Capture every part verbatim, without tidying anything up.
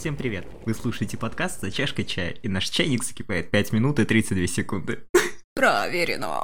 Всем привет! Вы слушаете подкаст «За чашкой чая», и наш чайник закипает пять минут и тридцать две секунды. Проверено!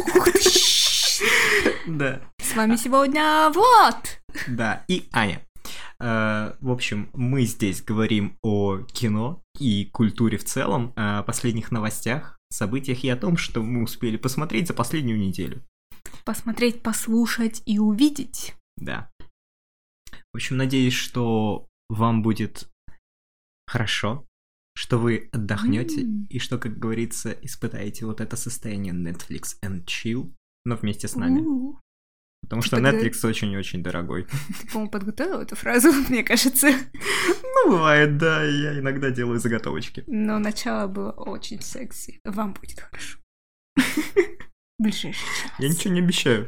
Да. С вами сегодня Влад! Да, и Аня. В общем, мы здесь говорим о кино и культуре в целом, о последних новостях, событиях и о том, что мы успели посмотреть за последнюю неделю. Посмотреть, послушать и увидеть. Да. В общем, надеюсь, что вам будет хорошо, что вы отдохнете mm. и что, как говорится, испытаете вот это состояние Netflix and chill, но вместе с нами. Uh. Потому Ты что подго... Netflix очень-очень дорогой. Ты, по-моему, подготовила эту фразу, мне кажется. Ну, бывает, да, я иногда делаю заготовочки. Но начало было очень секси. Вам будет хорошо. Ближайший час. Я ничего не обещаю.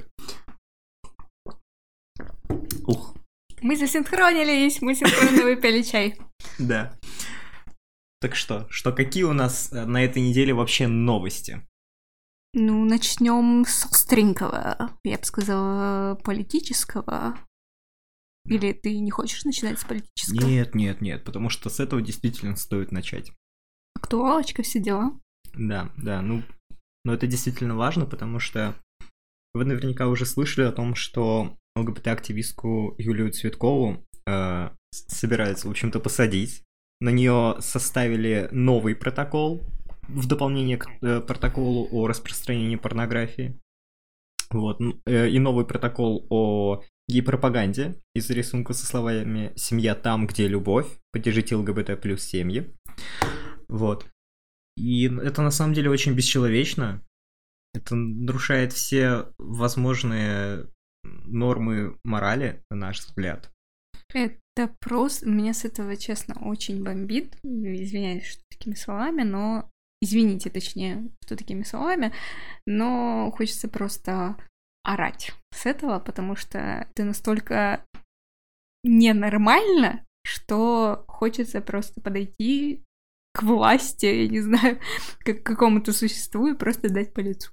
Ух. Мы засинхронились, мы синхронно выпили чай. Да. Так что, что какие у нас на этой неделе вообще новости? Ну, начнем с остренького, я бы сказала, политического. Или ты не хочешь начинать с политического? Нет, нет, нет, потому что с этого действительно стоит начать. Актуалочка, все дела. Да, да, ну, но это действительно важно, потому что вы наверняка уже слышали о том, что ЛГБТ-активистку Юлию Цветкову э, собираются, в общем-то, посадить. На нее составили новый протокол в дополнение к э, протоколу о распространении порнографии. Вот. Э, и новый протокол о гей-пропаганде из рисунка со словами «Семья там, где любовь. Поддержите ЛГБТ плюс семьи». Вот. И это на самом деле очень бесчеловечно. Это нарушает все возможные нормы морали, на наш взгляд. Это просто... Меня с этого, честно, очень бомбит. Извиняюсь, что такими словами, но... Извините, точнее, что такими словами, но хочется просто орать с этого, потому что это настолько ненормально, что хочется просто подойти к власти, я не знаю, как к какому-то существу и просто дать по лицу.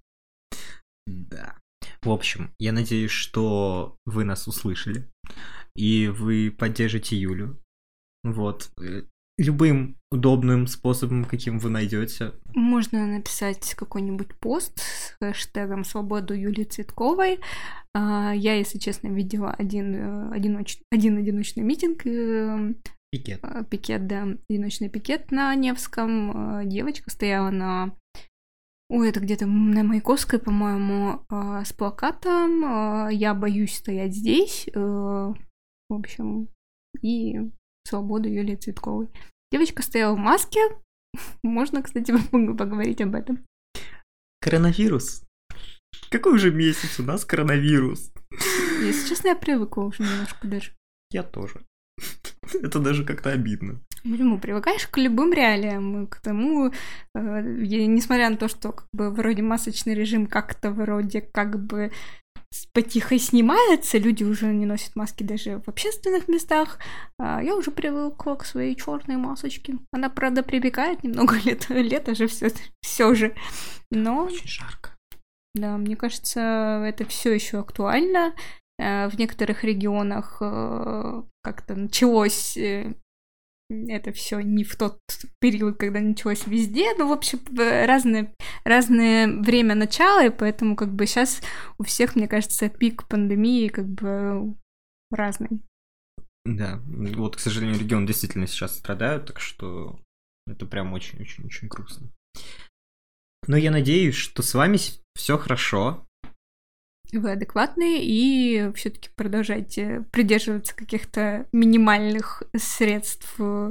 Да. В общем, я надеюсь, что вы нас услышали, и вы поддержите Юлю. Вот. Любым удобным способом, каким вы найдете. Можно написать какой-нибудь пост с хэштегом «Свободу Юлии Цветковой». Я, если честно, видела один, одиноч... один одиночный митинг. Пикет. Пикет, да. Одиночный пикет на Невском. Девочка стояла на... Ой, это где-то на Маяковской, по-моему, с плакатом «Я боюсь стоять здесь». В общем, и... Свободу Юлии Цветковой. Девочка стояла в маске. Можно, кстати, поговорить об этом. Коронавирус. Какой уже месяц у нас коронавирус? Если честно, я привыкла уже немножко даже. Я тоже. Это даже как-то обидно. Почему? Привыкаешь к любым реалиям, к тому, э, несмотря на то, что как бы вроде масочный режим как-то вроде как бы потихо снимается, люди уже не носят маски даже в общественных местах. А я уже привыкла к своей черной масочке. Она, правда, прибегает немного лет, лето же все, все же. Но очень жарко. Да, мне кажется, это все еще актуально. В некоторых регионах как-то началось это все не в тот период, когда началось везде, ну, в общем, разное, разное время начала, и поэтому, как бы, сейчас у всех, мне кажется, пик пандемии, как бы, разный. Да, вот, к сожалению, регионы действительно сейчас страдают, так что это прям очень-очень-очень грустно. Но я надеюсь, что с вами все хорошо. Вы адекватные и все-таки продолжаете придерживаться каких-то минимальных средств э,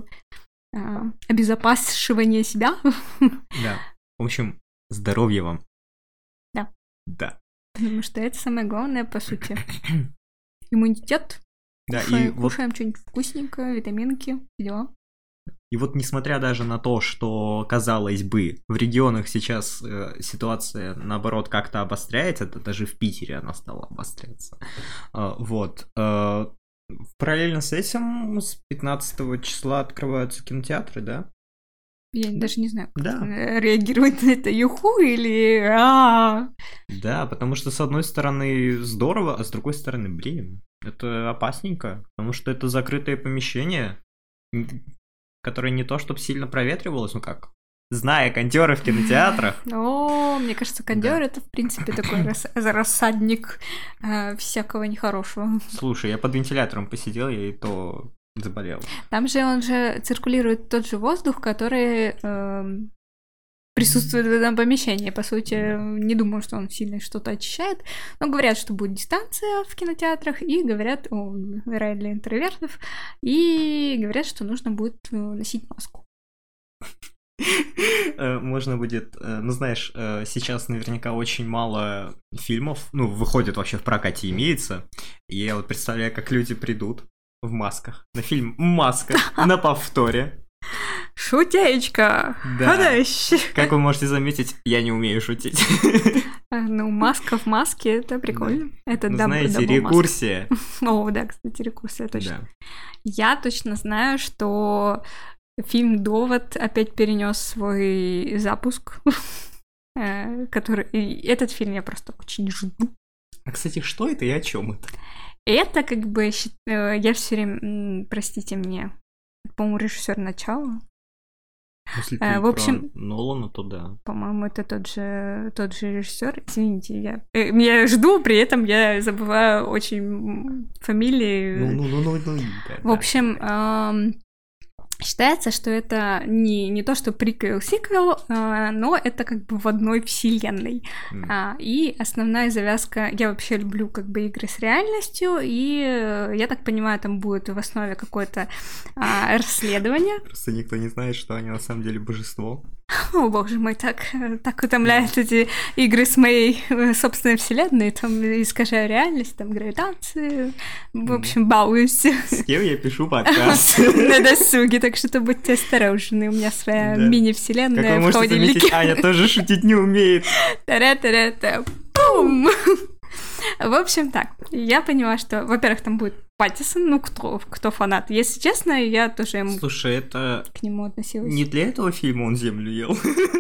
обезопасивания себя. Да. В общем, здоровья вам. Да. Да. Потому что это самое главное, по сути. Иммунитет. Да, Кушаем, и кушаем вот... что-нибудь вкусненькое, витаминки, дела. И вот несмотря даже на то, что, казалось бы, в регионах сейчас э, ситуация, наоборот, как-то обостряется, это даже в Питере она стала обостряться, э, вот, э, параллельно с этим с пятнадцатого числа открываются кинотеатры, да? Я да. даже не знаю, как да. реагировать на это, юху или а Да, потому что, с одной стороны, здорово, а с другой стороны, блин, это опасненько, потому что это закрытое помещение. которое не то чтобы сильно проветривалось, ну как, зная кондёры в кинотеатрах. О, мне кажется, кондёр Да. это, в принципе, такой рас- рассадник э, всякого нехорошего. Слушай, я под вентилятором посидел, я и то заболел. Там же он же циркулирует тот же воздух, который эм, присутствует в этом помещении. По сути, не думаю, что он сильно что-то очищает. Но говорят, что будет дистанция в кинотеатрах, и говорят, о, рай для интровертов, и говорят, что нужно будет э, носить маску. Э, Можно будет, э, ну знаешь, э, сейчас наверняка очень мало фильмов, ну, выходит вообще в прокате, имеется. И я вот представляю, как люди придут в масках на фильм «Маска» на повторе. Шутеечка! Да. Ходащий. Как вы можете заметить, я не умею шутить. А, Ну, маска в маске, это прикольно. Это Ну, дабл- знаете, дабл маска. рекурсия. О, да, кстати, рекурсия, точно. Да. Я точно знаю, что фильм «Довод» опять перенес свой запуск, э, который... и этот фильм я просто очень жду. А, кстати, что это и о чем это? Это как бы... щи- э, Я все время... м, Простите мне. По-моему, режиссер «Начала». Если Э, ты в общем- про Нолана, то да. По-моему, это тот же, тот же режиссер. Извините, я, э, я жду, при этом я забываю очень м, фамилии. Ну, ну, ну, ну, ну. да, В общем, ам, считается, что это не, не то, что приквел-сиквел, а, но это как бы в одной вселенной. да. М. А, и основная завязка... Я вообще люблю как бы игры с реальностью, и э, я так понимаю, там будет в основе какое-то а, расследование. Просто никто не знает, что они на самом деле божество. О, боже мой, так, э, так утомляют эти игры с моей э, собственной вселенной, там искажаю реальность, там гравитацию, в общем, балуюсь С кем я пишу подкаст? на досуге, так что будьте осторожны, у меня своя Да. Как мини-вселенная вы в можете заметить, холодильнике. Аня тоже шутить не умеет. Та-ра-та-ра-та. Пум! В общем, так, я поняла, что, во-первых, там будет Паттисон, ну, кто, кто фанат. Если честно, я тоже ему Слушай, это к нему относилась. не для этого фильма он землю ел.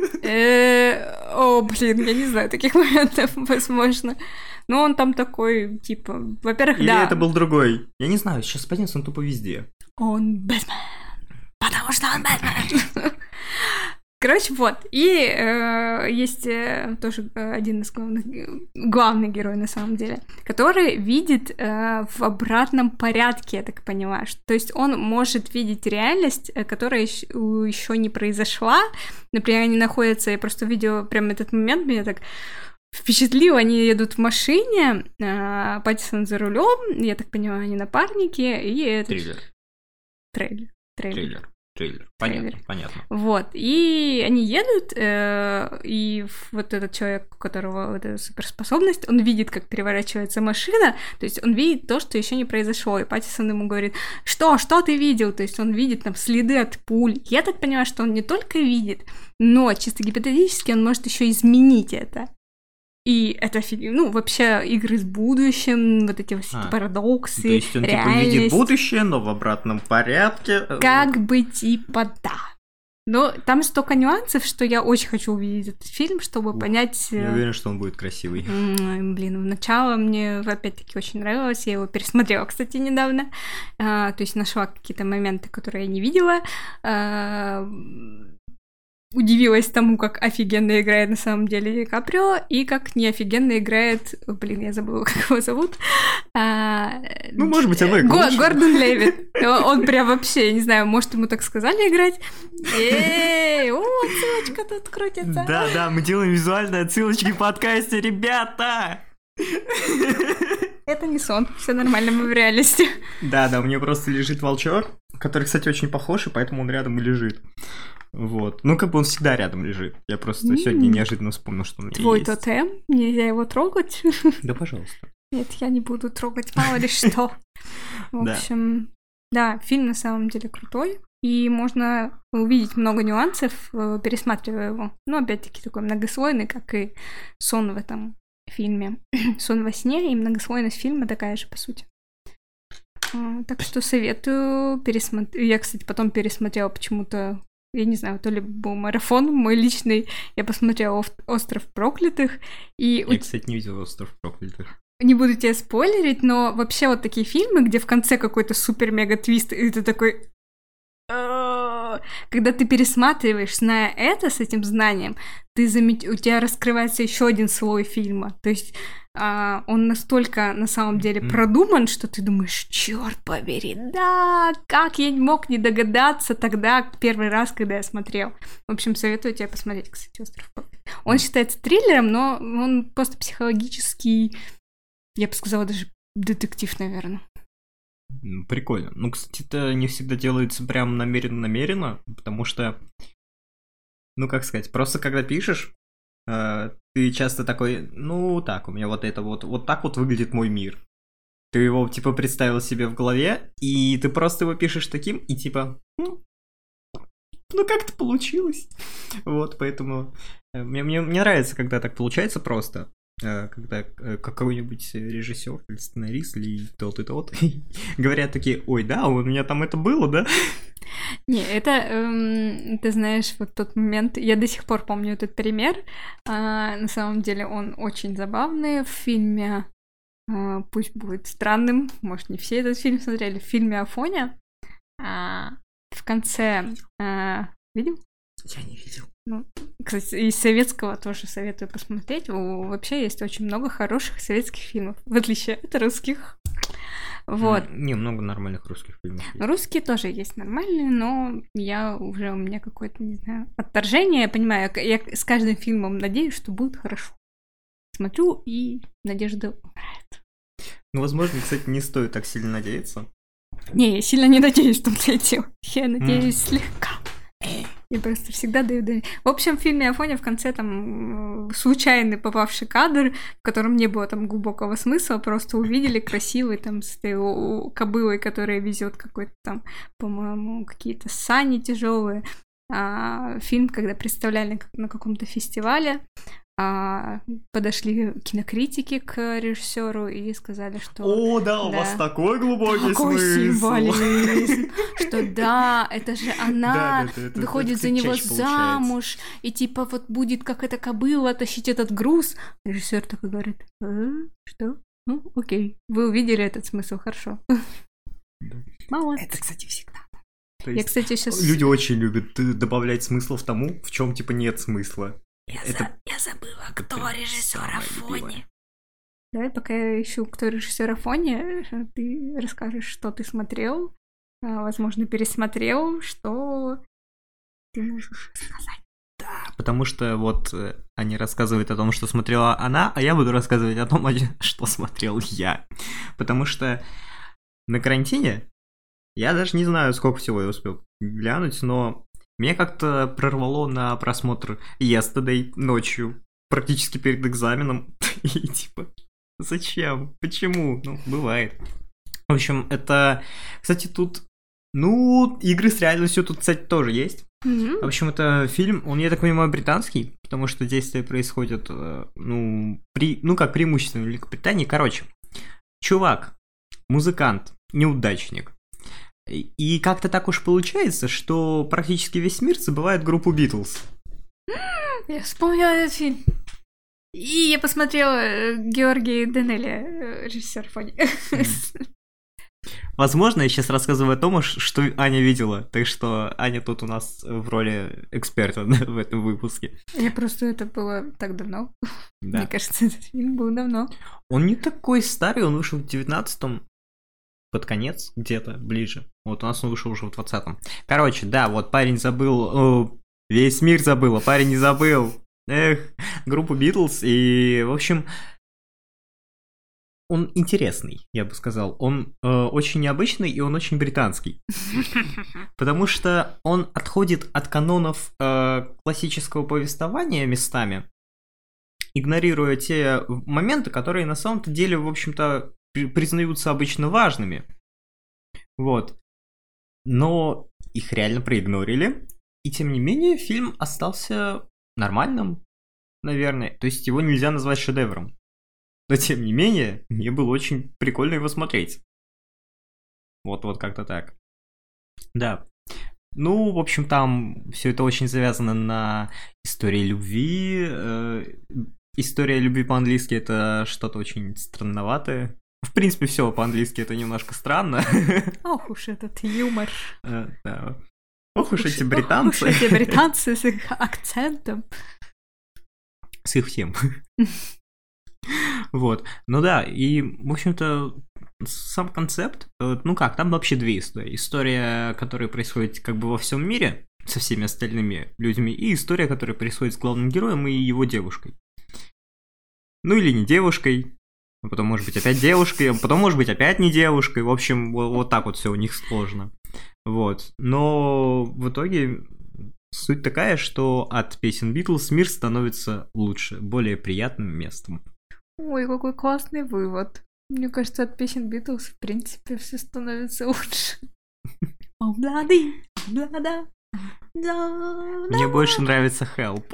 Э, О, блин, я не знаю таких моментов, возможно. Но он там такой, типа, во-первых, Или да, это был другой? Я не знаю, сейчас Паттинсон тупо везде. он Бэтмен, потому что он Бэтмен. Короче, вот. И э, есть э, тоже э, один из главных, главный герой, на самом деле, который видит э, в обратном порядке, я так понимаю. Что- То есть он может видеть реальность, э, которая еще не произошла. Например, они находятся, я просто видела прям этот момент, меня так впечатлило. Они едут в машине, э, Паттисон за рулем, я так понимаю, они напарники, и это... Триллер, Трейлер. Трейлер. триллер, триллер. Понятно, Трейлер. понятно. Вот, и они едут, э, и вот этот человек, у которого вот эта суперспособность, он видит, как переворачивается машина, то есть он видит то, что еще не произошло, и Паттисон ему говорит, что, что ты видел? То есть он видит там следы от пуль. Я так понимаю, что он не только видит, но чисто гипотетически он может еще изменить это. И это, офиг- ну, вообще игры с будущим, вот эти вот всякие А, парадоксы, То есть он типа реальность. видит будущее, но в обратном порядке. Как бы типа да. Но там столько нюансов, что я очень хочу увидеть этот фильм, чтобы Ух, понять... Я э, уверен, что он будет красивый. м, Блин, в начало мне опять-таки очень нравилось. Я его пересмотрела, кстати, недавно. А, то есть нашла какие-то моменты, которые я не видела. А, удивилась тому, как офигенно играет на самом деле Ди Каприо, и как не офигенно играет... О, блин, я забыла, как его зовут. А, Ну, может быть, оно и к Го- лучшему. Гордон Левитт. Он он прям вообще, я не знаю, может, ему так сказали играть. Эй, о, ссылочка тут крутится. Да, да, мы делаем визуальные отсылочки в подкасте, ребята! Это не сон, все нормально, мы в реальности. Да, да, у меня просто лежит волчок, который, кстати, очень похож, и поэтому он рядом и лежит. Вот. Ну, как бы он всегда рядом лежит. Я просто М. сегодня неожиданно вспомнил, что он у меня Твой есть. тотем, нельзя его трогать. Да, пожалуйста. Нет, я не буду трогать, мало ли что. В Да. общем, да, фильм на самом деле крутой, и можно увидеть много нюансов, э, пересматривая его. Ну, опять-таки, такой многослойный, как и сон в этом фильме. Сон во сне и многослойность фильма такая же, по сути. А, Так что советую пересмотреть. Я, кстати, потом пересмотрела почему-то, я не знаю, то ли был марафон мой личный, я посмотрела «Ов- «Остров проклятых», и у Я, кстати, не видел «Остров проклятых». не буду тебя спойлерить, но вообще вот такие фильмы, где в конце какой-то супер-мега твист, и ты такой, Когда ты пересматриваешь, зная это, с этим знанием, ты замет... у тебя раскрывается еще один слой фильма. То есть а, он настолько на самом деле mm. продуман, что ты думаешь, черт побери, да, как я не мог не догадаться тогда, первый раз, когда я смотрел. В общем, советую тебе посмотреть, кстати, «Остров проклятых». Он mm. считается триллером, но он просто психологический, я бы сказала, даже детектив, наверное. Прикольно. Ну, кстати, это не всегда делается прям намеренно-намеренно, потому что, ну, как сказать, просто когда пишешь, э, ты часто такой, ну, так, у меня вот это вот, вот так вот выглядит мой мир. Ты его, типа, представил себе в голове, и ты просто его пишешь таким, и типа, ну, ну как-то получилось. Вот, поэтому мне, мне, мне нравится, когда так получается просто. Когда какой-нибудь режиссер или сценарист или тот и тот говорят такие, ой, да, у меня там это было, да? Не, это, эм, ты знаешь, вот тот момент, я до сих пор помню этот пример, а, на самом деле он очень забавный в фильме, а, пусть будет странным, может, не все этот фильм смотрели, в фильме «Афоня», а, в конце, а, видел? Я не видел. Ну, кстати, из советского тоже советую посмотреть. Вообще есть очень много хороших советских фильмов, в отличие от русских. Вот. Не, много нормальных русских фильмов. Есть. Русские тоже есть нормальные, но я уже, у меня какое-то, не знаю, отторжение, я понимаю, я с каждым фильмом надеюсь, что будет хорошо. Смотрю, и надежда умирает. Ну, возможно, кстати, не стоит так сильно надеяться. Не, я сильно не надеюсь, что ты делал. Я надеюсь mm. слегка. Я просто всегда даю доверие. В общем, в фильме «Афоня» в конце там случайный попавший кадр, в котором не было там глубокого смысла, просто увидели красивый там с этой кобылой, которая везет какой-то там, по-моему, какие-то сани тяжелые. А, фильм, когда представляли на каком-то фестивале, а, подошли кинокритики к режиссеру и сказали, что... О, да, да, у вас такой глубокий такой смысл. Символизм, что да, это же она выходит за него замуж, и типа вот будет как эта кобыла тащить этот груз. Режиссер такой говорит, что? Ну, окей, вы увидели этот смысл, хорошо. Молодцы. Это, кстати, всегда. Я, кстати, сейчас... Люди очень любят добавлять смысл в тому, в чем типа нет смысла. Я, это... за... я забыла, кто режиссер «Афони». Давай, пока я ищу, кто режиссер «Афони», ты расскажешь, что ты смотрел, возможно, пересмотрел, что ты можешь сказать. Да, потому что вот они рассказывают о том, что смотрела она, а я буду рассказывать о том, что смотрел я. Потому что на карантине я даже не знаю, сколько всего я успел глянуть, но... Меня как-то прорвало на просмотр Yesterday ночью, практически перед экзаменом. И типа, зачем? Почему? Ну, бывает. В общем, это... Кстати, тут... Ну, игры с реальностью тут, кстати, тоже есть. Mm-hmm. В общем, это фильм, он, я так понимаю, британский, потому что действие происходит, ну, при... ну как преимущественно в Великобритании. Короче, чувак, музыкант, неудачник. И как-то так уж получается, что практически весь мир забывает группу Битлз. Я вспомнила этот фильм. И я посмотрела Георгия Данелия, режиссер «Афони». Возможно, я сейчас рассказываю о том, что Аня видела. Так что Аня тут у нас в роли эксперта в этом выпуске. Я просто... Это было так давно. Да. Мне кажется, этот фильм был давно. Он не такой старый, он вышел в девятнадцатом. Под конец, где-то ближе. Вот у нас он вышел уже в двадцатом. Короче, да, вот парень забыл, о, весь мир забыл, а парень не забыл. Эх, группу Битлз. И, в общем, он интересный, я бы сказал. Он э, очень необычный и он очень британский. Потому что он отходит от канонов э, классического повествования местами, игнорируя те моменты, которые на самом-то деле, в общем-то, признаются обычно важными. Вот. Но их реально проигнорили. И тем не менее, фильм остался нормальным, наверное. То есть его нельзя назвать шедевром. Но тем не менее, мне было очень прикольно его смотреть. Вот-вот как-то так. Да. Ну, в общем, там все это очень завязано на истории любви. История любви по-английски это что-то очень странноватое. В принципе, все по-английски это немножко странно. Ох уж этот юмор. Да. Ох уж эти британцы. Ох уж эти британцы с их акцентом. С их всем. Вот. Ну да, и, в общем-то, сам концепт, ну как, там вообще две истории. История, которая происходит как бы во всем мире со всеми остальными людьми, и история, которая происходит с главным героем и его девушкой. Ну или не девушкой, а потом может быть опять девушкой, а потом может быть опять не девушкой. В общем, вот, вот так вот все у них сложно. Вот. Но в итоге суть такая, что от песен Битлз мир становится лучше, более приятным местом. Ой, какой классный вывод. Мне кажется, от песен Битлз, в принципе, все становится лучше. Мне больше нравится Help.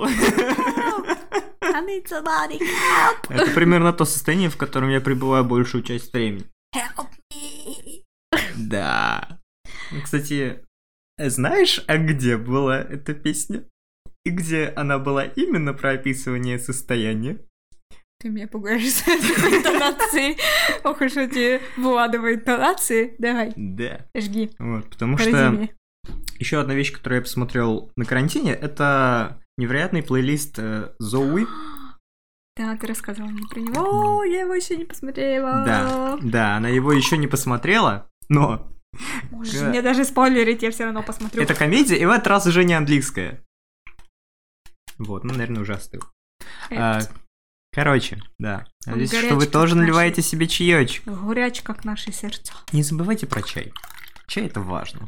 Это примерно то состояние, в котором я пребываю большую часть времени. Help me. Да. Кстати, знаешь, а где была эта песня? И где она была именно про описывание состояния? Ты меня пугаешь с этой интонацией. Ох уж эти владовые интонации. Давай. Да. Жги. Вот, потому что еще одна вещь, которую я посмотрел на карантине, это невероятный плейлист Зоуи. Да, ты рассказывала мне про него. О, я его еще не посмотрела. Да, да, она его еще не посмотрела, но... Можешь мне даже спойлерить, я все равно посмотрю. Это комедия, и в этот раз уже не английская. Вот, ну, наверное, уже остыл. А, короче, да. Надеюсь, что вы тоже наливаете себе чаечек. Горяч, как наши сердца. Не забывайте про чай. Чай — это важно.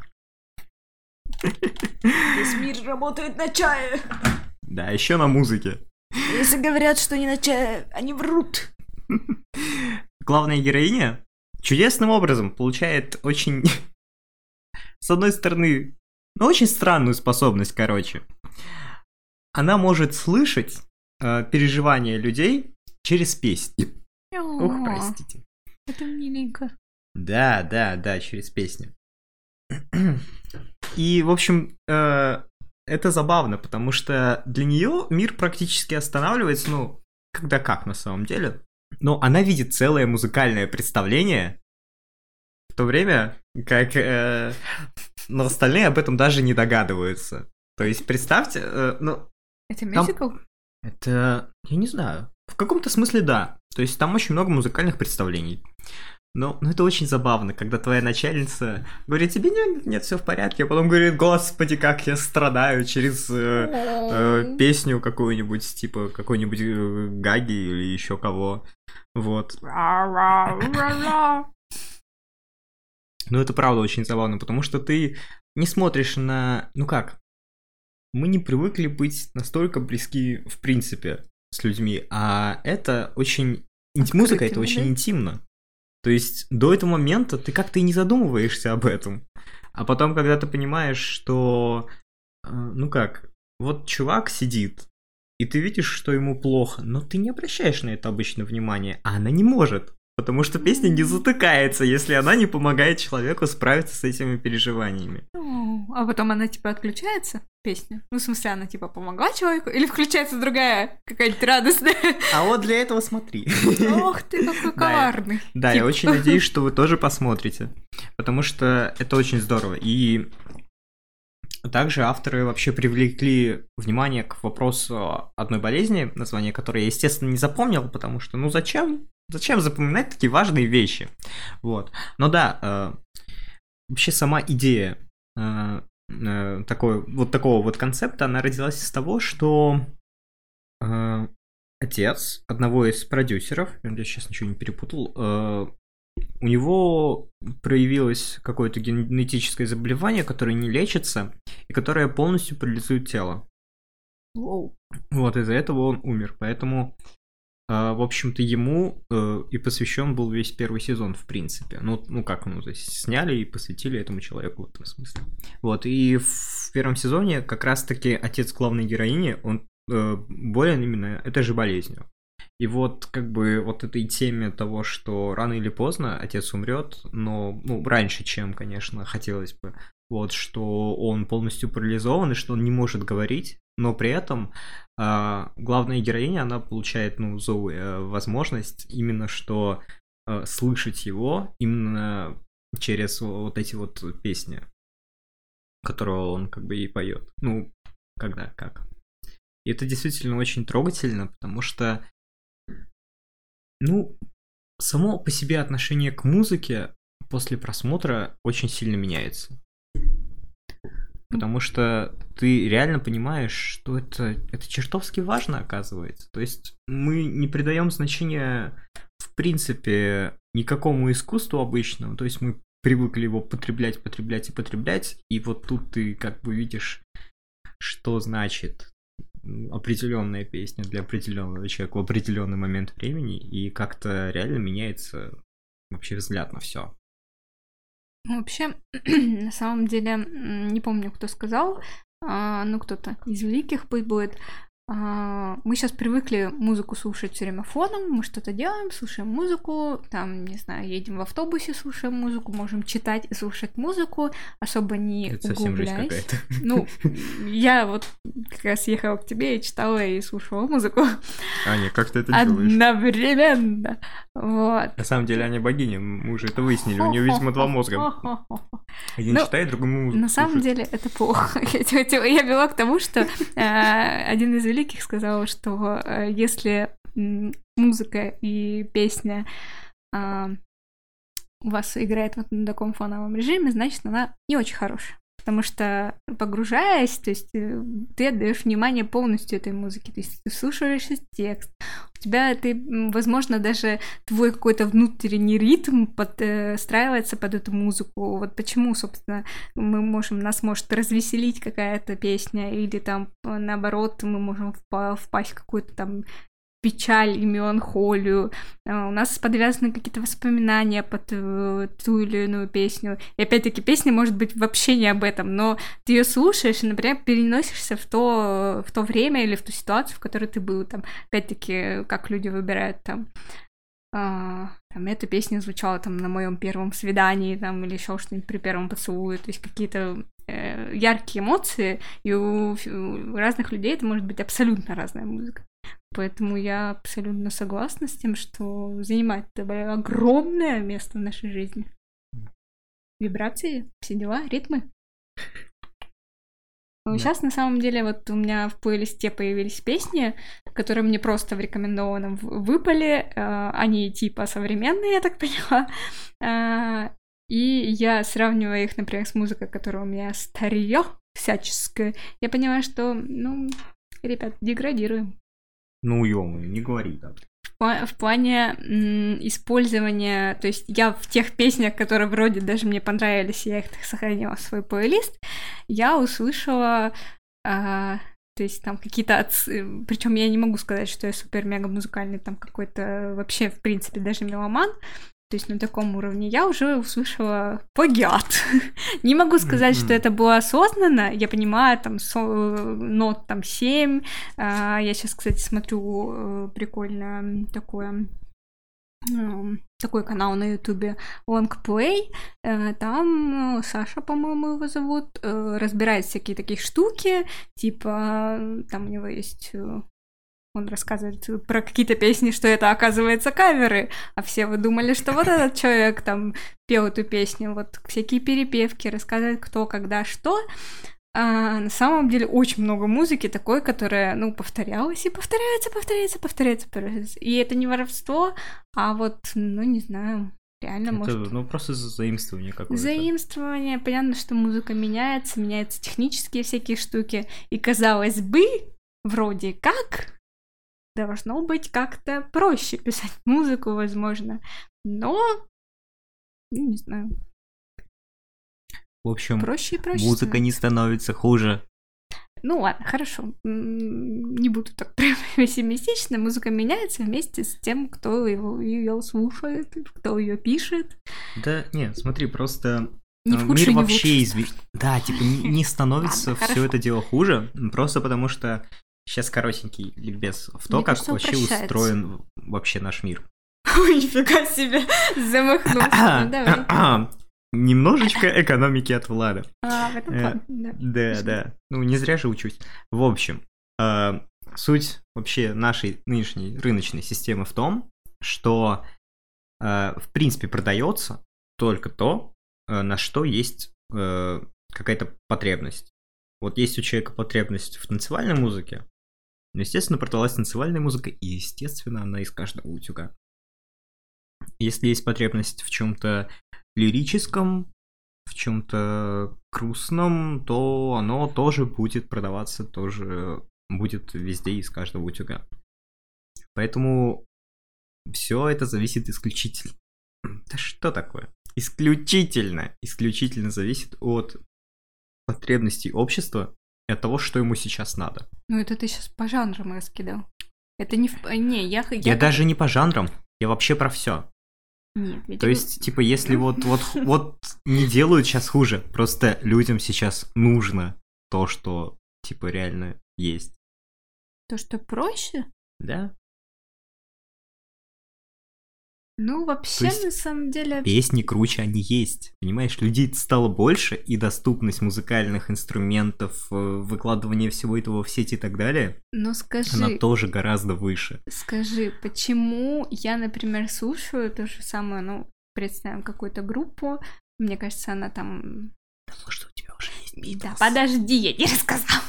Весь мир работает на чае. Да, еще на музыке. Если говорят, что не на чае, они врут. Главная героиня чудесным образом получает очень, с одной стороны, ну, очень странную способность, короче. Она может слышать э, переживания людей через песни. Ух, простите. Это миленько. Да, да, да, через песни. И, в общем, э, это забавно, потому что для нее мир практически останавливается, ну, когда как на самом деле. Но она видит целое музыкальное представление, в то время как э, но остальные об этом даже не догадываются. То есть представьте, э, ну... Это мюзикл? Это, я не знаю, в каком-то смысле да. То есть там очень много музыкальных представлений. Но, но это очень забавно, когда твоя начальница говорит, тебе нет, нет, все в порядке, а потом говорит, господи, как я страдаю через э, э, песню какую-нибудь, типа какой-нибудь э, Гаги или еще кого. Вот. Ну, это правда очень забавно, потому что ты не смотришь на... Ну как? Мы не привыкли быть настолько близки, в принципе, с людьми, а это очень... Музыка — это очень интимно. То есть до этого момента ты как-то и не задумываешься об этом. А потом, когда ты понимаешь, что... Ну как? Вот чувак сидит, и ты видишь, что ему плохо, но ты не обращаешь на это обычно внимания, а она не может. Потому что песня не затыкается, если она не помогает человеку справиться с этими переживаниями. А потом она типа отключается, песня? Ну, в смысле, она типа помогла человеку? Или включается другая какая-нибудь радостная? А вот для этого смотри. Ох ты, какой коварный. Да, да, я очень надеюсь, что вы тоже посмотрите. Потому что это очень здорово. И также авторы вообще привлекли внимание к вопросу одной болезни, название которой я, естественно, не запомнил, потому что, ну зачем? Зачем запоминать такие важные вещи? Вот. Но да, э, вообще сама идея э, э, такой, вот такого вот концепта, она родилась из того, что э, отец одного из продюсеров, я сейчас ничего не перепутал, э, у него проявилось какое-то генетическое заболевание, которое не лечится и которое полностью парализует тело. Wow. Вот, из-за этого он умер. Поэтому, э, в общем-то, ему э, и посвящен был весь первый сезон, в принципе. Ну, ну как, ну, то есть сняли и посвятили этому человеку в этом смысле. Вот, и в первом сезоне как раз-таки отец главной героини, он э, болен именно этой же болезнью. И вот как бы вот этой теме того, что рано или поздно отец умрет, но ну, раньше, чем, конечно, хотелось бы, вот, что он полностью парализован и что он не может говорить, но при этом э, главная героиня, она получает, ну, Зоуи, э, возможность именно что э, слышать его именно через вот эти вот песни. которого он как бы и поет. Ну, когда, как. И это действительно очень трогательно, потому что, ну, само по себе отношение к музыке после просмотра очень сильно меняется. Потому что ты реально понимаешь, что это, это чертовски важно, оказывается. То есть мы не придаем значения, в принципе, никакому искусству обычному. То есть мы привыкли его потреблять, потреблять и потреблять. И вот тут ты как бы видишь, что значит определенная песня для определенного человека в определенный момент времени. И как-то реально меняется вообще взгляд на все. Вообще, на самом деле, не помню, кто сказал, а, ну, кто-то из великих пусть будет. А, мы сейчас привыкли музыку слушать все время фоном, мы что-то делаем, слушаем музыку, там, не знаю, едем в автобусе, слушаем музыку, можем читать и слушать музыку, особо не Это совсем жизнь углубляясь. какая-то. Ну, я вот как раз ехала к тебе и читала и слушала музыку. Аня, как ты это делаешь? Одновременно. Вот. На самом деле Аня богиня, мы уже это выяснили, у нее, видимо, два мозга. Один Ну, читает, другому музыку На самом слушает. деле это плохо. Я я вела к тому, что э, один из великих сказал, что э, если м, музыка и песня э, у вас играет вот на таком фоновом режиме, значит, она не очень хорошая. Потому что, погружаясь, то есть э, ты отдаешь внимание полностью этой музыке, то есть ты слушаешь текст, у тебя ты, м, возможно, даже твой какой-то внутренний ритм подстраивается под эту музыку. Вот почему, собственно, мы можем, нас может развеселить какая-то песня, или там, э, наоборот, мы можем впа- впасть в какую-то там печаль и меланхолию. А, У нас подвязаны какие-то воспоминания под э, ту или иную песню. И опять-таки песня может быть вообще не об этом, но ты ее слушаешь и, например, переносишься в то, в то время или в ту ситуацию, в которой ты был. Там, опять-таки, как люди выбирают там. а, там эта песня звучала там на моем первом свидании, там, или еще что-нибудь при первом поцелуе. То есть какие-то э, яркие эмоции, и у, у разных людей это может быть абсолютно разная музыка. Поэтому я абсолютно согласна с тем, что занимает это огромное место в нашей жизни. Вибрации, все дела, ритмы. Да. Сейчас, на самом деле, вот у меня в плейлисте появились песни, которые мне просто в рекомендованном в- выпали. э, Они типа современные, я так поняла. Э, И я сравниваю их, например, с музыкой, которая у меня старье всяческое. Я понимаю, что, ну, ребят, деградируем. Ну, ё-моё, не говори так. В пла- В плане м, использования, то есть я в тех песнях, которые вроде даже мне понравились, я их сохранила в свой плейлист, я услышала, а, то есть там какие-то, причем я не могу сказать, что я супер-мега музыкальный, там какой-то вообще, в принципе, даже меломан, то есть на таком уровне я уже услышала плагиат. Не могу сказать, что это было осознанно. Я понимаю, там со- нот там семь. А, Я сейчас, кстати, смотрю э, прикольно такое м, такой канал на ютубе Longplay. Э, Там э, Саша, по-моему, его зовут, э, разбирает всякие такие штуки. Типа, э, там у него есть... э, Он рассказывает про какие-то песни, что это, оказывается, каверы, а все вы думали, что вот этот человек там пел эту песню, вот всякие перепевки, рассказывает кто, когда, что. А на самом деле очень много музыки такой, которая, ну, повторялась и повторяется, повторяется, повторяется, повторяется. И это не воровство, а вот, ну, не знаю, реально Это, может... ну, просто заимствование какое-то. Заимствование, понятно, что музыка меняется, меняются технические всякие штуки, и казалось бы, вроде как... Должно быть как-то проще писать музыку, возможно. Но, ну, не знаю, В общем, проще и проще. музыка не становится хуже. Ну ладно, хорошо. М, Не буду так прям пессимистично. Музыка меняется вместе с тем, кто его ее слушает, кто ее пишет. Да, нет, смотри, просто Не э, в худшую, мир не в вообще лучшую изви... Да, типа не, не становится Ладно, все хорошо. это дело хуже, просто потому что сейчас коротенький ликбез в то, Мне как кажется, вообще упрощается. устроен вообще наш мир. Ой, нифига себе, замахнулся. Ну, давай. Немножечко экономики от Влада. А, в этом Э, плане, да. Да, да. Ну, не зря же учусь. В общем, э, суть вообще нашей нынешней рыночной системы в том, что, э, в принципе, продается только то, э, на что есть э, какая-то потребность. Вот есть у человека потребность в танцевальной музыке, но, естественно, продалась танцевальная музыка, и, естественно, она из каждого утюга. Если есть потребность в чем-то лирическом, в чем-то грустном, то оно тоже будет продаваться, тоже будет везде из каждого утюга. Поэтому все это зависит исключительно. Да что такое? Исключительно, исключительно зависит от потребностей общества и от того, что ему сейчас надо. Ну это ты сейчас по жанрам раскидал. Это не... В... Не, я... Я, я даже не по жанрам, я вообще про все. Нет, я То тебе... есть, типа, если вот, вот, вот не делают сейчас хуже, просто людям сейчас нужно то, что, типа, реально есть. То, что проще? Да. Ну, вообще, есть на самом деле... Песни круче, они есть. Понимаешь, людей стало больше, и доступность музыкальных инструментов, выкладывание всего этого в сеть и так далее, Но скажи... она тоже гораздо выше. Скажи, почему я, например, слушаю то же самое, ну, представим какую-то группу, мне кажется, она там... Потому что у тебя уже есть Битлз. Да, подожди, я не рассказала.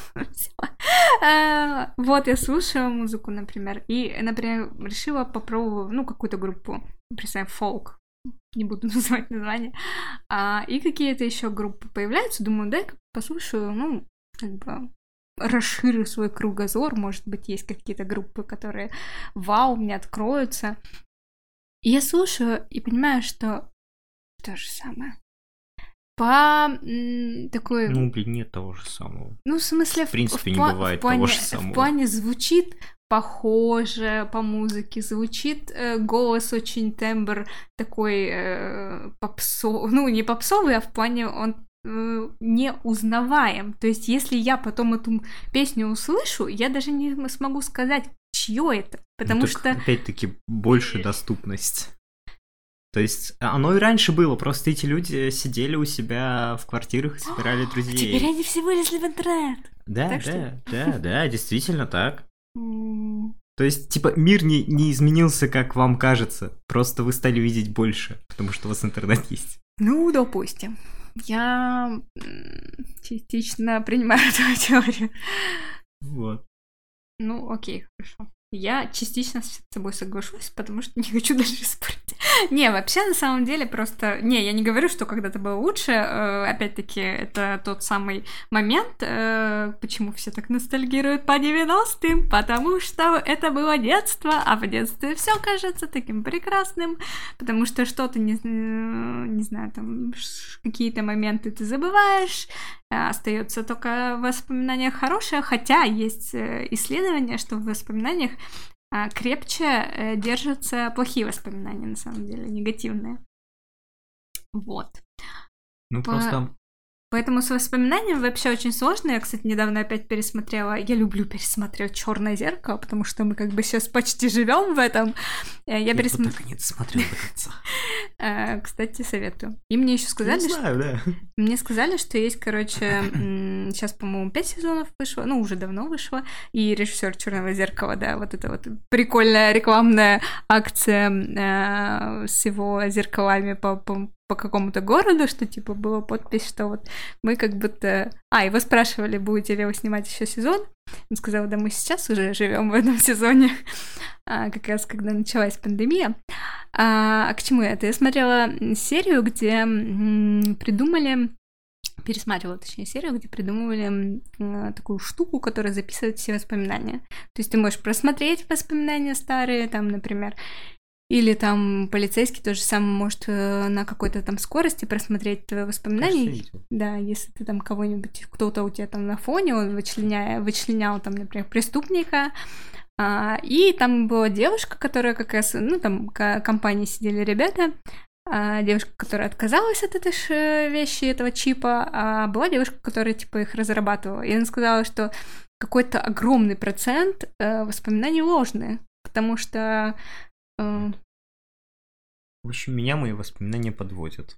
Вот, я слушаю музыку, например, и, например, решила попробовать, ну, какую-то группу, представим, фолк, не буду называть название, и какие-то еще группы появляются, думаю, дай-ка послушаю, ну, как бы... расширю свой кругозор, может быть, есть какие-то группы, которые вау, мне откроются. И я слушаю и понимаю, что то же самое. По м, такой... Ну, блин, нет того же самого. Ну, в смысле... В принципе, в, не в, бывает в плане, того же самого. В плане звучит похоже по музыке, звучит э, голос очень, тембр такой э, попсовый, ну, не попсовый, а в плане он не узнаваем. То есть, если я потом эту песню услышу, я даже не смогу сказать, чье это. Потому ну, что... Опять-таки, больше доступность. То есть, оно и раньше было, просто эти люди сидели у себя в квартирах и собирали друзей. А теперь они все вылезли в интернет. Да, так да, что... да, да, действительно так. То есть, типа, мир не, не изменился, как вам кажется. Просто вы стали видеть больше, потому что у вас интернет есть. Ну, допустим. Я частично принимаю эту теорию. Вот. Ну, окей, хорошо. Я частично с тобой соглашусь, потому что не хочу дальше спорить. Не, вообще, на самом деле, просто... Не, я не говорю, что когда-то было лучше. Опять-таки, это тот самый момент, почему все так ностальгируют по девяностым, потому что это было детство, а в детстве все кажется таким прекрасным, потому что что-то, не, не знаю, там, какие-то моменты ты забываешь, остается только воспоминания хорошие, хотя есть исследования, что в воспоминаниях крепче держатся плохие воспоминания, на самом деле, негативные. Вот. Ну, По... просто... Поэтому с воспоминаниями вообще очень сложно. Я, кстати, недавно опять пересмотрела. Я люблю пересматривать «Черное зеркало», потому что мы как бы сейчас почти живем в этом. Я, Я пересм... вот так и не досмотрел до конца. Кстати, советую. И мне еще сказали, не знаю, что... да. Мне сказали, что есть, короче, сейчас, по-моему, пять сезонов вышло, ну, уже давно вышло, и режиссер «Черного зеркала», да, вот это вот прикольная рекламная акция э, с его зеркалами по, по, по какому-то городу, что, типа, была подпись, что вот мы как будто... А, его спрашивали, будете ли вы снимать еще сезон. Он сказал, да мы сейчас уже живем в этом сезоне, а, как раз когда началась пандемия. А, а к чему это? Я смотрела серию, где м, придумали... Пересматривала, точнее, серию, где придумывали э, такую штуку, которая записывает все воспоминания. То есть ты можешь просмотреть воспоминания старые, там, например, или там полицейский тоже самое может э, на какой-то там скорости просмотреть твои воспоминания. Кажется, да, если ты там кого-нибудь, кто-то у тебя там на фоне, он вычленяя, вычленял там, например, преступника, а, и там была девушка, которая как раз, ну, там к компании сидели ребята, а, девушка, которая отказалась от этой вещи, этого чипа, а была девушка, которая, типа, их разрабатывала. И она сказала, что какой-то огромный процент э, воспоминаний ложные, потому что... Э... В общем, меня мои воспоминания подводят.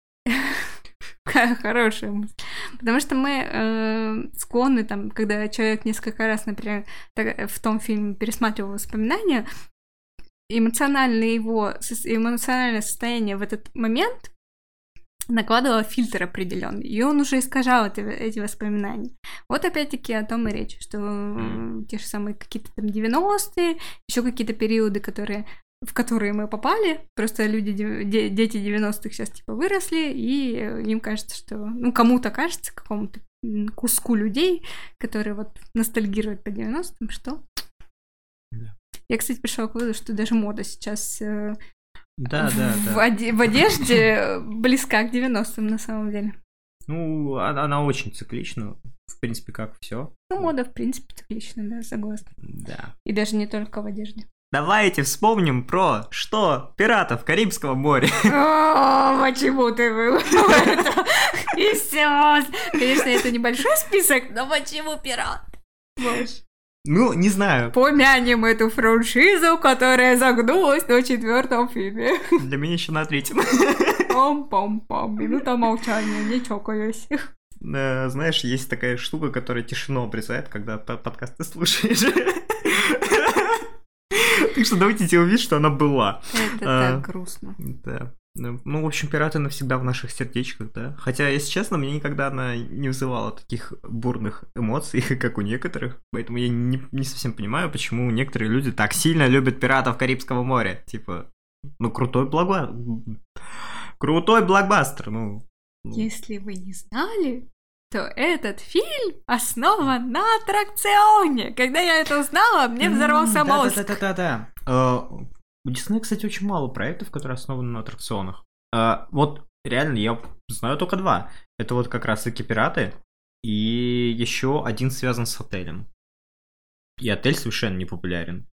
Хорошая мысль. Потому что мы э, склонны, там, когда человек несколько раз, например, в том фильме пересматривал воспоминания, эмоциональное его эмоциональное состояние в этот момент накладывала фильтр определенный, и он уже искажал эти, эти воспоминания. Вот опять-таки о том и речь, что mm. те же самые какие-то там девяностые, еще какие-то периоды, которые, в которые мы попали, просто люди, де, дети девяностых сейчас типа выросли, и им кажется, что, ну, кому-то кажется, какому-то куску людей, которые вот ностальгируют по девяностым, что... Yeah. Я, кстати, пришла к выводу, что даже мода сейчас... Да, да, в, да. Оде- в одежде близка к девяностым на самом деле. Ну, она, она очень циклична, в принципе, как все. Ну, мода, в принципе, циклична, да, согласна. Да. И даже не только в одежде. Давайте вспомним про что? Пиратов Карибского моря. О, почему ты выбрал это? И все. Конечно, это небольшой список, но почему пират? Ну, не знаю. Помянем эту франшизу, которая загнулась на четвертом фильме. Для меня еще на третьем. Пам-пам-пам. Минута молчания, не чокаюсь. Знаешь, есть такая штука, которая тишину обрезает, когда подкаст ты слушаешь. Так что давайте сделаем вид, что она была. Это так грустно. Да. Ну, в общем, пираты навсегда в наших сердечках, да. Хотя, если честно, мне никогда она не вызывала таких бурных эмоций, как у некоторых. Поэтому я не, не совсем понимаю, почему некоторые люди так сильно любят пиратов Карибского моря. Типа, ну, крутой блокбастер. Крутой блокбастер, ну. Если вы не знали, то этот фильм основан на аттракционе. Когда я это узнала, мне взорвался mm, мозг. Да-да-да-да-да. У Диснея, кстати, очень мало проектов, которые основаны на аттракционах. Uh, вот реально я знаю только два. Это вот как раз-таки пираты, и еще один связан с отелем. И отель совершенно не популярен.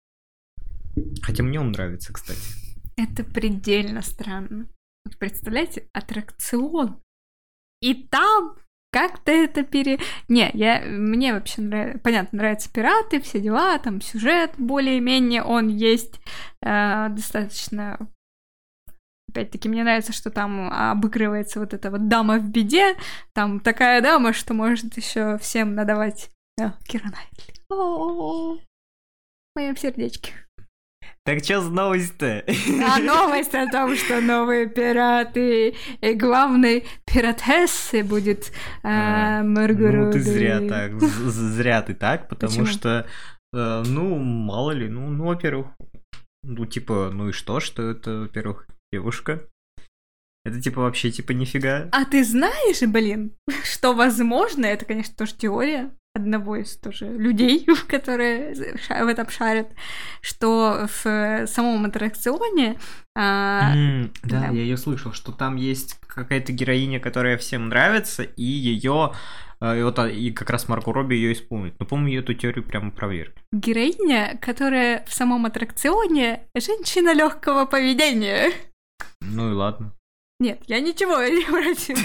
Хотя мне он нравится, кстати. Это предельно странно. Вот представляете, аттракцион. И там как-то это пере... Не, я... мне вообще нравится... Понятно, нравятся пираты, все дела, там сюжет более-менее, он есть э, достаточно... Опять-таки, мне нравится, что там обыгрывается вот эта вот дама в беде, там такая дама, что может еще всем надавать... Да, Кира Найтли. О-о-о. В моем сердечке. Так что за новость-то? А новость о том, что новые пираты и главной пиратессы будет э, Марго Робби. Ну ты зря так, зря ты так, потому Почему? что, э, ну, мало ли, ну, ну, во-первых, ну, типа, ну и что, что это, во-первых, девушка? Это, типа, вообще, типа, нифига. А ты знаешь, блин, что возможно, это, конечно, тоже теория одного из тоже людей, которые в этом шарят, что в самом аттракционе... А... Mm, да, да, я ее слышал, что там есть какая-то героиня, которая всем нравится, и ее... И, вот, и как раз Марго Робби ее исполнит. Но, по-моему, эту теорию прямо проверили. Героиня, которая в самом аттракционе женщина легкого поведения. Ну и ладно. Нет, я ничего не против.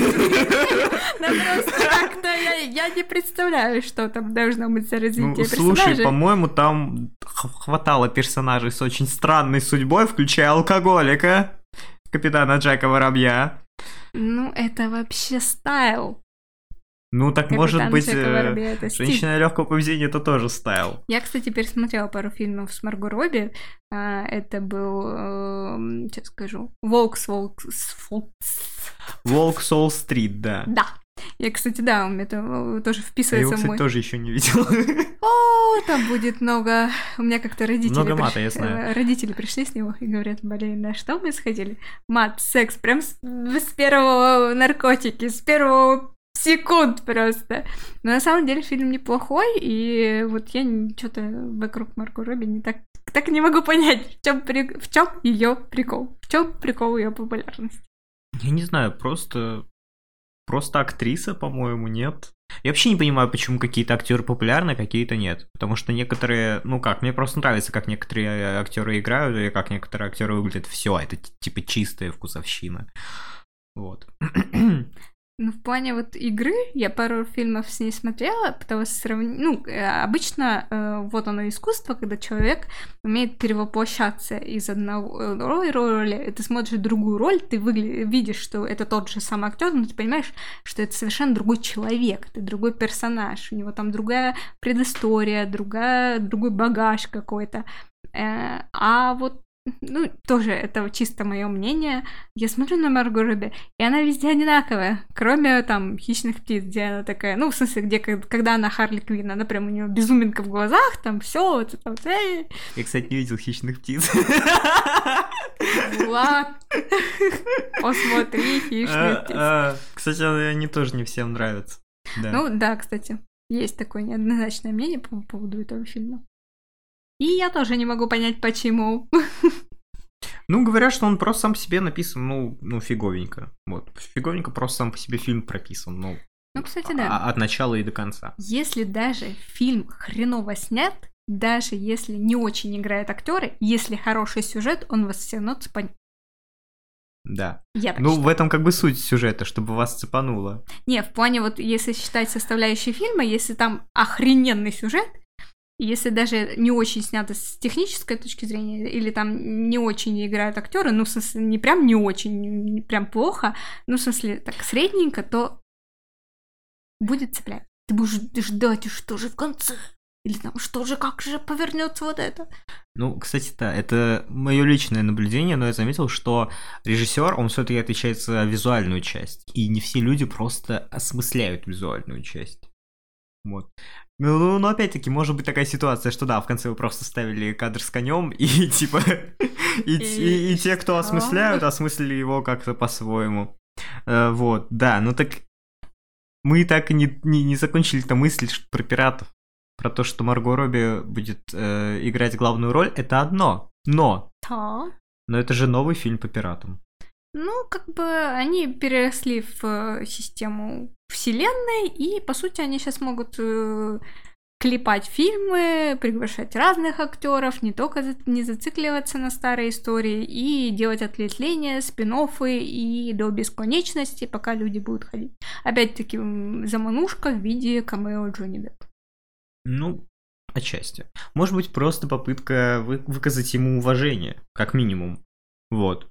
Но просто как-то я не представляю, что там должно быть за развитие персонажей. Ну, слушай, по-моему, там хватало персонажей с очень странной судьбой, включая алкоголика, капитана Джека Воробья. Ну, это вообще стайл. Ну, так Капитан может быть, Воробья, женщина легкого поведения это тоже стайл. Я, кстати, пересмотрела пару фильмов с Марго Робби. Это был, сейчас скажу, Волк с Волк с Волк с Уолл-стрит, да. Да. Я, кстати, да, у меня это тоже вписывается я его, кстати, в мой... тоже еще не видел. О, там будет много... У меня как-то родители... Много мата, приш... я знаю. Родители пришли с него и говорят, блин, на что мы сходили? Мат, секс, прям с, с первого наркотики, с первого секунд просто. Но на самом деле фильм неплохой, и вот я что-то вокруг Марго Робби не так, так не могу понять, в чем, при... в чем ее прикол, в чем прикол ее популярности. Я не знаю, просто... Просто актриса, по-моему, нет. Я вообще не понимаю, почему какие-то актеры популярны, а какие-то нет. Потому что некоторые, ну как, мне просто нравится, как некоторые актеры играют, и как некоторые актеры выглядят. Все, это типа чистая вкусовщина. Вот. Ну, в плане вот игры я пару фильмов с ней смотрела, пыталась сравнить. Ну, обычно э, вот оно искусство, когда человек умеет перевоплощаться из одного роли, роли, ты смотришь другую роль, ты выгля... видишь, что это тот же самый актер, но ты понимаешь, что это совершенно другой человек, это другой персонаж, у него там другая предыстория, другая, другой багаж какой-то. Э, а вот ну, тоже это чисто мое мнение. Я смотрю на Марго Робби, и она везде одинаковая, кроме там «Хищных птиц», где она такая, ну, в смысле, где, когда она Харли Квинн, она прям у нее безуминка в глазах, там все вот это вот. Эй. Я, кстати, не видел «Хищных птиц». Влад, посмотри «Хищных птиц». Кстати, они тоже не всем нравятся. Ну, да, кстати, есть такое неоднозначное мнение по поводу этого фильма. И я тоже не могу понять, почему. Ну, говорят, что он просто сам по себе написан, ну, ну фиговенько. Вот, фиговенько просто сам по себе фильм прописан, ну, ну, кстати, да. От начала и до конца. Если даже фильм хреново снят, даже если не очень играют актеры, если хороший сюжет, он вас все равно цепанет. Да. Я так ну, считаю. в этом как бы суть сюжета, чтобы вас цепануло. Не, в плане вот, если считать составляющие фильма, если там охрененный сюжет, если даже не очень снято с технической точки зрения, или там не очень играют актеры, ну, в смысле, не прям не очень, не прям плохо, ну, в смысле, так средненько, то будет цеплять. Ты будешь ждать, что же в конце? Или там, что же, как же повернется вот это? Ну, кстати, да, это мое личное наблюдение, но я заметил, что режиссер, он все-таки отвечает за визуальную часть, и не все люди просто осмысляют визуальную часть. Вот. Ну, но опять-таки, может быть такая ситуация, что да, в конце вы просто ставили кадр с конем, и типа и, и, и те, кто осмысляют, осмыслили его как-то по-своему. Uh, вот, да, ну так мы так и не, не, не закончили-то мысль про пиратов. Про то, что Марго Робби будет э, играть главную роль, это одно. Но. Да. Но это же новый фильм по пиратам. Ну, как бы они переросли в систему вселенной, и, по сути, они сейчас могут э, клепать фильмы, приглашать разных актеров, не только за, не зацикливаться на старой истории, и делать ответвления, спин-оффы и до бесконечности, пока люди будут ходить. Опять-таки, заманушка в виде камео Джонни Деппа. Ну, отчасти. Может быть, просто попытка вы- выказать ему уважение, как минимум. Вот.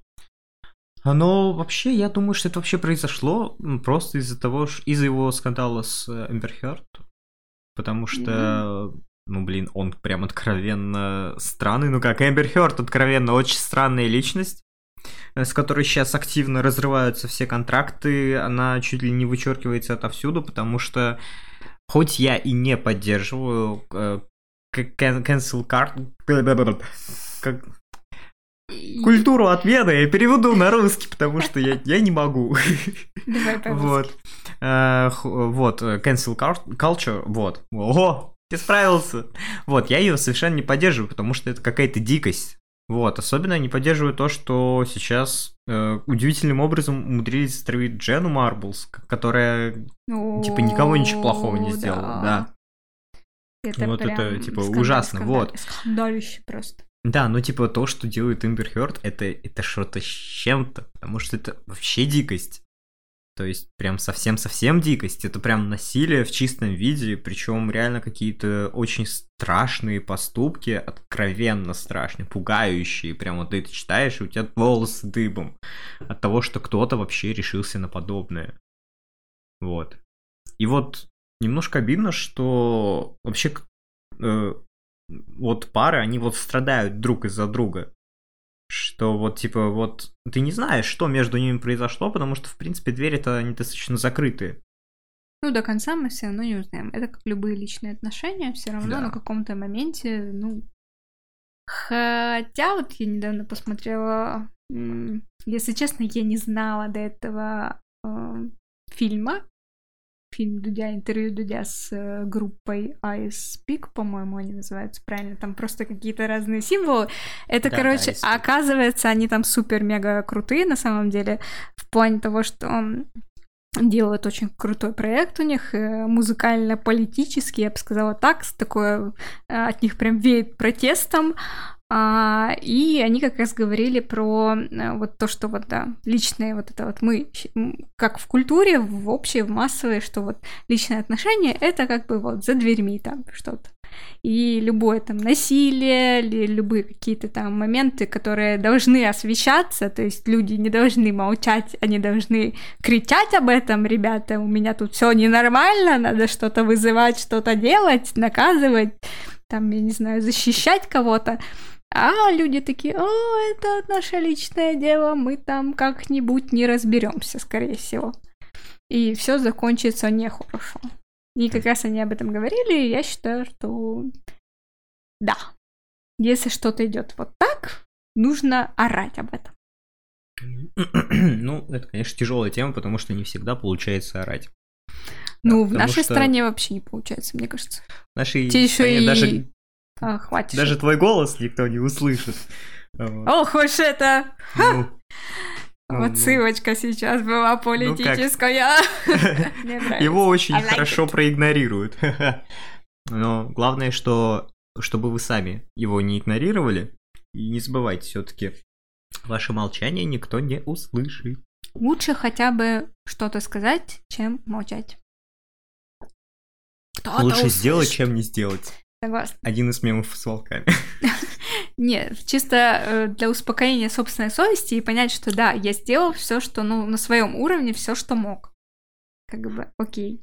Но вообще, я думаю, что это вообще произошло просто из-за того, что из-за его скандала с Эмбер Хёрд. Потому что, mm-hmm. ну, блин, он прям откровенно странный. Ну как, Эмбер Хёрд откровенно очень странная личность, с которой сейчас активно разрываются все контракты. Она чуть ли не вычеркивается отовсюду, потому что хоть я и не поддерживаю э, cancel card, как... культуру отмены, я переведу на русский, потому что я, я не могу. Давай по-русски. Вот. Uh, вот, cancel culture, вот. Ого, ты справился. Вот, я ее совершенно не поддерживаю, потому что это какая-то дикость. Вот, особенно я не поддерживаю то, что сейчас э, удивительным образом умудрились строить Джену Марблс, которая, О, типа, никого ничего плохого не да. сделала, да. Это вот прям это, типа, скандаль, ужасно, скандаль, вот. Скандалище просто. Да, ну, типа, то, что делает Эмбер Хёрд, это, это что-то с чем-то, потому что это вообще дикость. То есть, прям совсем-совсем дикость. Это прям насилие в чистом виде, причем реально какие-то очень страшные поступки, откровенно страшные, пугающие. Прям вот ты это читаешь, и у тебя волосы дыбом от того, что кто-то вообще решился на подобное. Вот. И вот немножко обидно, что вообще э, вот пары, они вот страдают друг из-за друга. Что вот, типа, вот ты не знаешь, что между ними произошло, потому что, в принципе, двери-то они достаточно закрытые. Ну, до конца мы все равно не узнаем. Это как любые личные отношения, все равно Да. на каком-то моменте, ну... Хотя вот я недавно посмотрела, если честно, я не знала до этого э, фильма, фильм Дудя, интервью Дудя с э, группой Ice Peak, по-моему, они называются правильно, там просто какие-то разные символы. Это, да, короче, да, оказывается, они там супер-мега крутые на самом деле, в плане того, что он делает очень крутой проект у них, э, музыкально-политический, я бы сказала так, с такой, э, от них прям веет протестом. А, и они как раз говорили про а, вот то, что вот, да, личное вот это вот мы, как в культуре, в общей, в массовой, что вот личные отношения — это как бы вот за дверьми там что-то. И любое там насилие, или любые какие-то там моменты, которые должны освещаться, то есть люди не должны молчать, они должны кричать об этом: ребята, у меня тут все ненормально, надо что-то вызывать, что-то делать, наказывать, там, я не знаю, защищать кого-то. А люди такие: о, это наше личное дело, мы там как-нибудь не разберемся, скорее всего. И все закончится нехорошо. И как раз они об этом говорили, и я считаю, что да, если что-то идет вот так, нужно орать об этом. Ну, это, конечно, тяжелая тема, потому что не всегда получается орать. Ну, да, в нашей что... стране вообще не получается, мне кажется. В нашей Те стране еще и... даже... А, хватит. Даже твой голос никто не услышит. Вот. Ох уж это! Ну, вот ну, ссылочка сейчас была политическая. Ну, его очень like хорошо it. проигнорируют. Но главное, что чтобы вы сами его не игнорировали. И не забывайте, все-таки ваше молчание никто не услышит. Лучше хотя бы что-то сказать, чем молчать. Кто-то Лучше услышит. Сделать, чем не сделать. Согласна. Один из мемов с волками. Нет, чисто для успокоения собственной совести и понять, что да, я сделал все, что, ну, на своем уровне, все, что мог. Как бы, окей.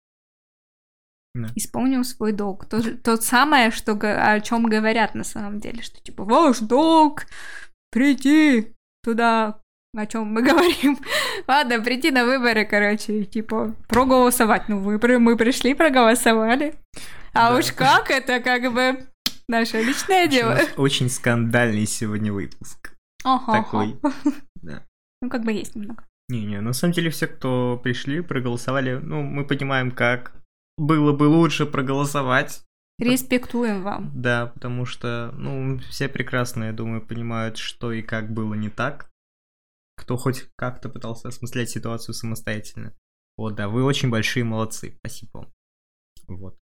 Да. Исполнил свой долг. То, то самое, что, о чем говорят на самом деле, что типа ваш долг прийти туда, о чем мы говорим. Ладно, прийти на выборы, короче, типа проголосовать. Ну, выборы мы пришли, проголосовали. А да. Уж как это, как бы, наше личное дело. Очень скандальный сегодня выпуск. Ага. Такой. Да. Ну, как бы есть немного. Не-не, на самом деле все, кто пришли, проголосовали, ну, мы понимаем, как было бы лучше проголосовать. Респектуем вам. Да, потому что, ну, все прекрасно, я думаю, понимают, что и как было не так. Кто хоть как-то пытался осмыслять ситуацию самостоятельно. Вот, да, вы очень большие молодцы. Спасибо вам. Вот.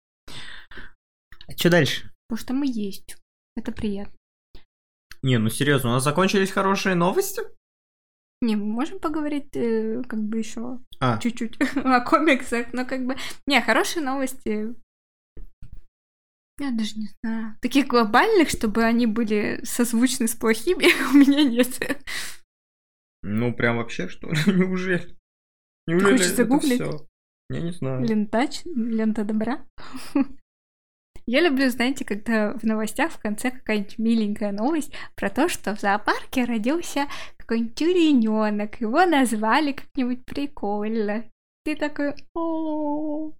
А что дальше? Потому что мы есть. Это приятно. Не, ну серьезно, у нас закончились хорошие новости? Не, мы можем поговорить э, как бы еще а. чуть-чуть о комиксах, но как бы... Не, хорошие новости... Я даже не знаю. Таких глобальных, чтобы они были созвучны с плохими, у меня нет. Ну, прям вообще, что ли? Неужели? Неужели Хочешь загуглить? Это всё? Я не знаю. Лентач, лента добра. Я люблю, знаете, когда в новостях в конце какая-нибудь миленькая новость про то, что в зоопарке родился какой-нибудь тюленёнок, его назвали как-нибудь прикольно. Ты такой: о.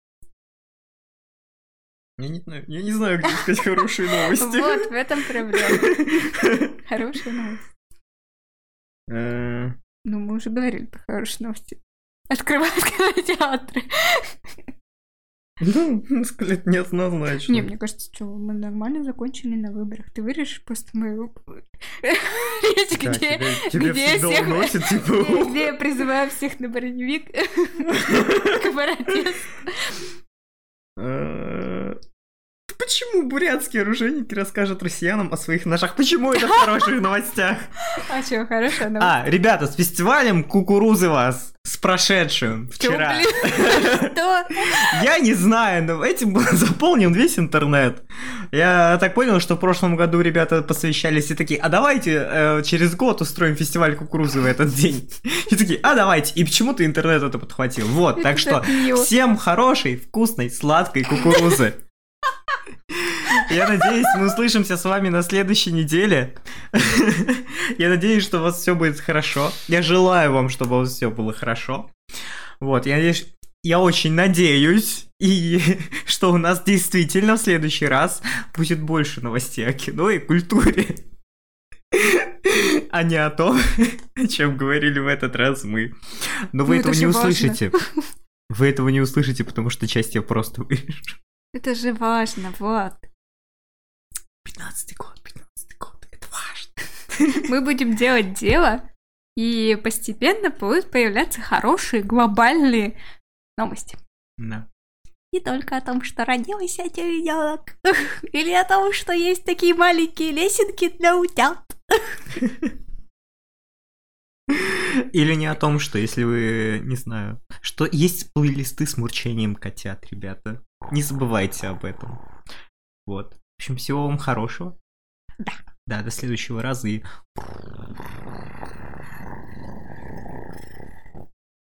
Я не знаю, я не знаю, где сказать хорошие новости. Вот, в этом проблема. Хорошие новости. Ну, мы уже говорили про хорошие новости. Открывают кинотеатры. Ну, сказать неоднозначно. Не, мне кажется, что мы нормально закончили на выборах. Ты вырежешь просто мою речь, где, тебе где, всех, уносит, типа... где я призываю всех на броневик к протесту. Почему бурятские оружейники расскажут россиянам о своих ножах? Почему это в хороших новостях? А что, хорошая новость? А, ребята, с фестивалем кукурузы вас, с прошедшим вчера. Что? Я не знаю, но этим был заполнен весь интернет. Я так понял, что в прошлом году ребята посвящались и такие: а давайте э, через год устроим фестиваль кукурузы в этот день. И такие: а давайте. И почему-то интернет это подхватил. Вот, так что всем хорошей, вкусной, сладкой кукурузы. Я надеюсь, мы услышимся с вами на следующей неделе. Я надеюсь, что у вас все будет хорошо. Я желаю вам, чтобы у вас все было хорошо. Вот, я надеюсь, я очень надеюсь, и что у нас действительно в следующий раз будет больше новостей о кино и культуре, а не о том, о чем говорили в этот раз мы. Но вы ну, этого не услышите. Важно. Вы этого не услышите, потому что часть я просто вырежу. Это же важно, вот. пятнадцатый год, пятнадцатый год, это важно. Мы будем делать дело, и постепенно будут появляться хорошие глобальные новости. Да. Не только о том, что родился тюленёнок, или о том, что есть такие маленькие лесенки для утят. Или не о том, что если вы, не знаю, что есть плейлисты с мурчанием котят, ребята. Не забывайте об этом. Вот. В общем, всего вам хорошего. Да. Да, до следующего раза и...